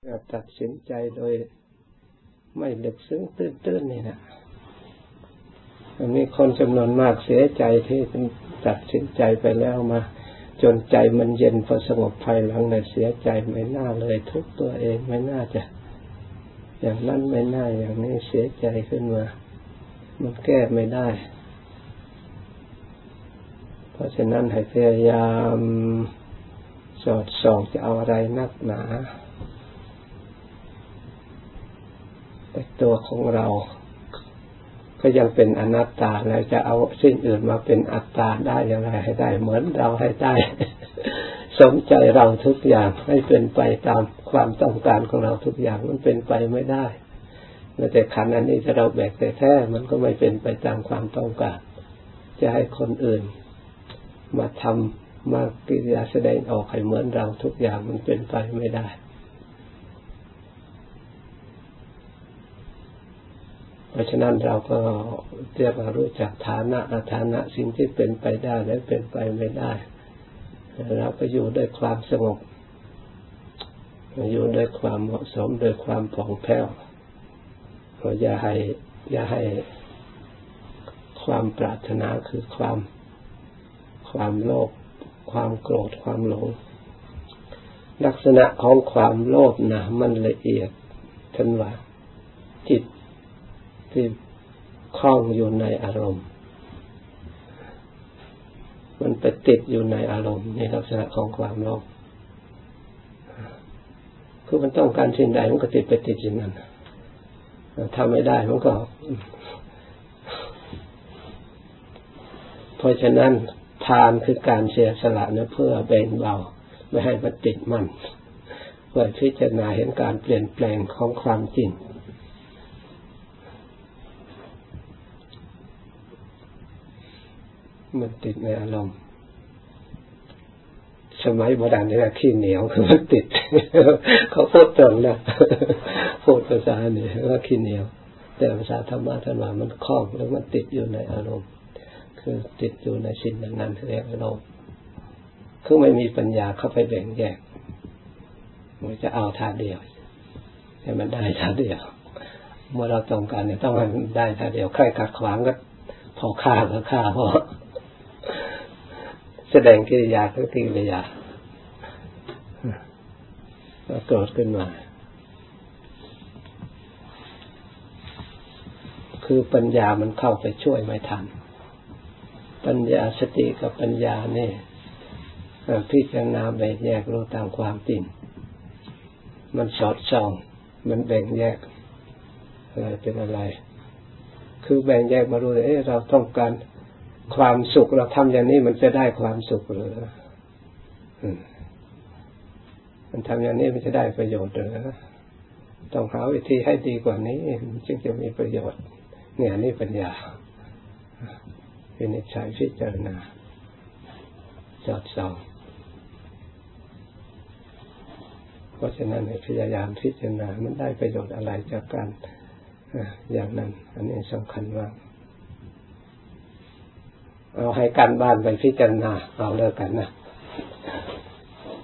ตัดสินใจโดยไม่ลึกซึ้งตื้นๆนี่นะมีคนจำนวนมากเสียใจที่ตัดสินใจไปแล้วมาจนใจมันเย็นพอสงบภายหลังเนี่ยเสียใจไม่น่าเลยทุกตัวเองไม่น่าจะอย่างนั้นไม่น่าอย่างนี้เสียใจขึ้นมามันแก้ไม่ได้เพราะฉะนั้นให้พยายามสอดส่องจะเอาอะไรนักหนาแต่ตัวของเราก็ยังเป็นอนัตตาแล้วจะเอาสิ่งอื่นมาเป็นอัตตาได้อย่างไรให้ได้เหมือนเราให้ได้สมใจเราทุกอย่างให้เป็นไปตามความต้องการของเราทุกอย่างมันเป็นไปไม่ได้แต่ขันธ์อันนี้ถ้าเราแบกแต่แท้มันก็ไม่เป็นไปตามความต้องการจะให้คนอื่นมาทำมากิริยาแสดงออกให้เหมือนเราทุกอย่างมันเป็นไปไม่ได้เพราะฉะนั้นเราก็เรียกว่ารู้จักฐานะอฐานะสิ่งที่เป็นไปได้และเป็นไปไม่ได้เราก็อยู่ด้วยความสงบอยู่ด้วยความเหมาะสมด้วยความผ่องแผ้วอย่าให้ความปรารถนาคือความโลภความโกรธความหลงลักษณะของความโลภนะมันละเอียดทันว่าจิตที่คล้องอยู่ในอารมณ์มันไปติดอยู่ในอารมณ์ในลักษณะของความโลภคือมันต้องการสิ่งใดมันก็ติดสิ่งนั้นทำไม่ได้มันก็เพราะฉะนั้นทานคือการเสียสละนะเพื่อแบ่งเบาไม่ให้มันติดมันเพื่อพิจารณาเห็นการเปลี่ยนแปลงของความจริงมันติดในอารมณ์สมัยโบราณเรียกขี้เหนียวคือมันติดเขาพูดตรงนะพูดภาษาเนี่ยว่าขี้เหนียวแต่ภาษาธรรมะท่านว่ามันคล้องแล้วมันติดอยู่ในอารมณ์คือติดอยู่ในสิ่งนั้นเรียกอารมณ์คือไม่มีปัญญาเข้าไปแบ่งแยกมันจะเอาท่าเดียวให้มันได้ท่าเดียวเมื่อเราต้องการเนี่ยต้องให้มันได้ท่าเดียวใครขัดขวางก็พอฆ่าก็ฆ่าพอแสดงกิริยาก็กิริยาโกรธขึ้นมาคือปัญญามันเข้าไปช่วยไม่ทันปัญญาสติกับปัญญาเนี่ยพิจารณาแบ่งแยกรู้ตามความจริงมันสอดส่องมันแบ่งแยกอะไรเป็นอะไรคือแบ่งแยกมารู้เลยเราต้องการความสุขเราทำอย่างนี้มันจะได้ความสุขหรือมันทำอย่างนี้มันจะได้ประโยชน์หรือต้องหาวิธีให้ดีกว่านี้จึงจะมีประโยชน์เนี่ยนี่ปัญญาวินิจฉัยพิจารณาสอดส่องเพราะฉะนั้นให้พยายามพิจารณามันได้ประโยชน์อะไรจากการอย่างนั้นอันนี้สำคัญมากเอาให้การบ้านไปพิจารณาเอาเลิกกันนะ